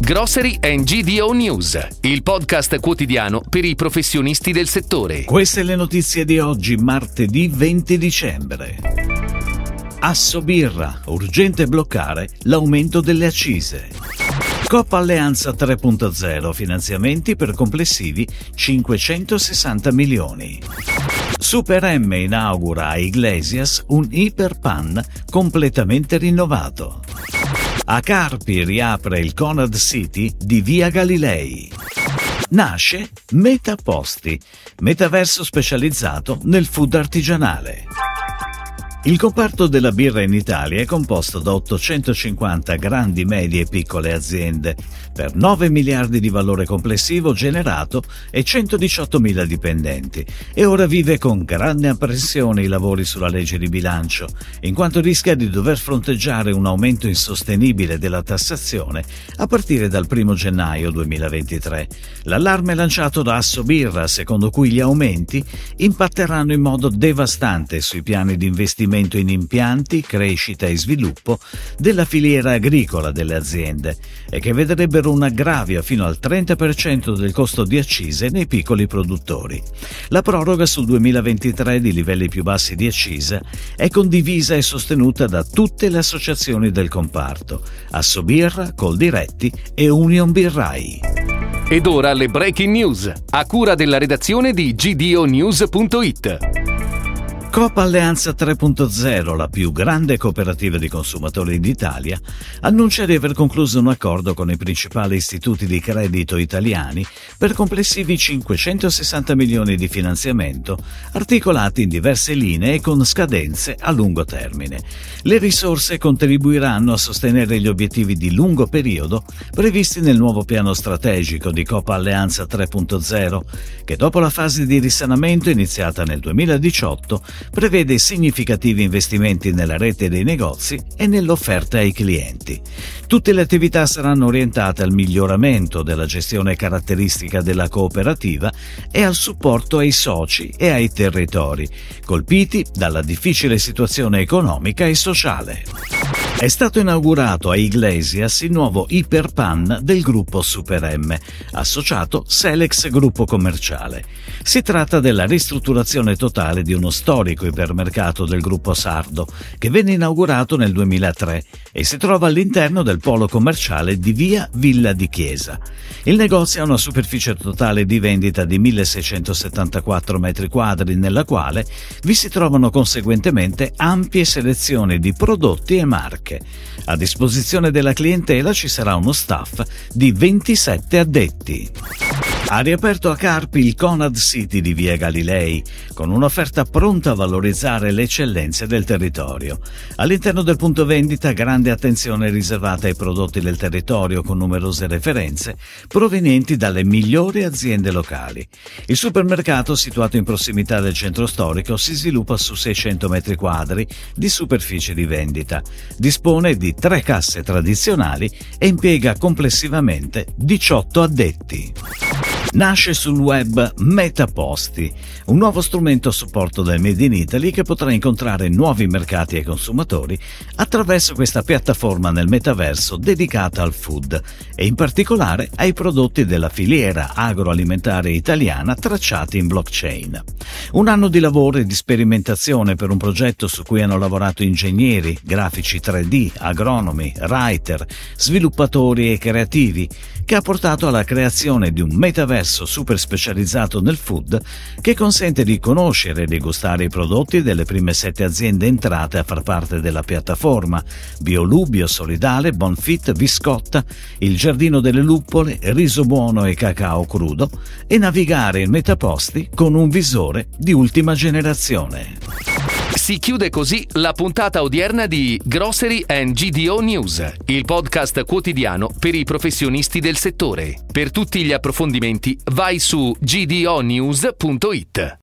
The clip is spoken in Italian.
Grocery and GDO News, il podcast quotidiano per i professionisti del settore. Queste le notizie di oggi, martedì 20 dicembre. Assobirra, urgente bloccare l'aumento delle accise. Coop Alleanza 3.0, finanziamenti per complessivi 560 milioni. Super M inaugura a Iglesias un Iperpan completamente rinnovato. A Carpi riapre il Conad City di Via Galilei. Nasce Metaposti, metaverso specializzato nel food artigianale. Il comparto della birra in Italia è composto da 850 grandi, medie e piccole aziende per 9 miliardi di valore complessivo generato e 118.000 dipendenti, e ora vive con grande apprensione i lavori sulla legge di bilancio, in quanto rischia di dover fronteggiare un aumento insostenibile della tassazione a partire dal 1 gennaio 2023. L'allarme lanciato da Assobirra, secondo cui gli aumenti impatteranno in modo devastante sui piani di investimento in impianti, crescita e sviluppo della filiera agricola delle aziende e che vedrebbero un aggravio fino al 30% del costo di accise nei piccoli produttori. La proroga sul 2023 di livelli più bassi di accisa è condivisa e sostenuta da tutte le associazioni del comparto, Assobirra, Coldiretti e Union Birrai. Ed ora le breaking news, a cura della redazione di gdonews.it. Coop Alleanza 3.0, la più grande cooperativa di consumatori d'Italia, annuncia di aver concluso un accordo con i principali istituti di credito italiani per complessivi 560 milioni di finanziamento, articolati in diverse linee e con scadenze a lungo termine. Le risorse contribuiranno a sostenere gli obiettivi di lungo periodo previsti nel nuovo piano strategico di Coop Alleanza 3.0, che dopo la fase di risanamento iniziata nel 2018 prevede significativi investimenti nella rete dei negozi e nell'offerta ai clienti. Tutte le attività saranno orientate al miglioramento della gestione caratteristica della cooperativa e al supporto ai soci e ai territori, colpiti dalla difficile situazione economica e sociale. È stato inaugurato a Iglesias il nuovo Iperpan del gruppo Super M, associato Selex Gruppo Commerciale. Si tratta della ristrutturazione totale di uno storico ipermercato del gruppo sardo, che venne inaugurato nel 2003 e si trova all'interno del polo commerciale di via Villa di Chiesa. Il negozio ha una superficie totale di vendita di 1674 metri quadri, nella quale vi si trovano conseguentemente ampie selezioni di prodotti e marche. A disposizione della clientela ci sarà uno staff di 27 addetti. Ha riaperto a Carpi il Conad City di Via Galilei, con un'offerta pronta a valorizzare le eccellenze del territorio. All'interno del punto vendita grande attenzione riservata ai prodotti del territorio, con numerose referenze provenienti dalle migliori aziende locali. Il supermercato, situato in prossimità del centro storico, si sviluppa su 600 metri quadri di superficie di vendita. Dispone di 3 casse tradizionali e impiega complessivamente 18 addetti. Nasce sul web Metaposti, un nuovo strumento a supporto del Made in Italy che potrà incontrare nuovi mercati e consumatori attraverso questa piattaforma nel metaverso dedicata al food e in particolare ai prodotti della filiera agroalimentare italiana tracciati in blockchain. Un anno di lavoro e di sperimentazione per un progetto su cui hanno lavorato ingegneri, grafici 3D, agronomi, writer, sviluppatori e creativi, che ha portato alla creazione di un metaverso super specializzato nel food che consente di conoscere e degustare i prodotti delle prime 7 aziende entrate a far parte della piattaforma: Biolù, Biosolidale, Bonfit, Viscotta, Il Giardino delle Luppole, Riso Buono e Cacao Crudo, e navigare in Metaposti con un visore di ultima generazione. Si chiude così la puntata odierna di Grocery and GDO News, il podcast quotidiano per i professionisti del settore. Per tutti gli approfondimenti vai su gdonews.it.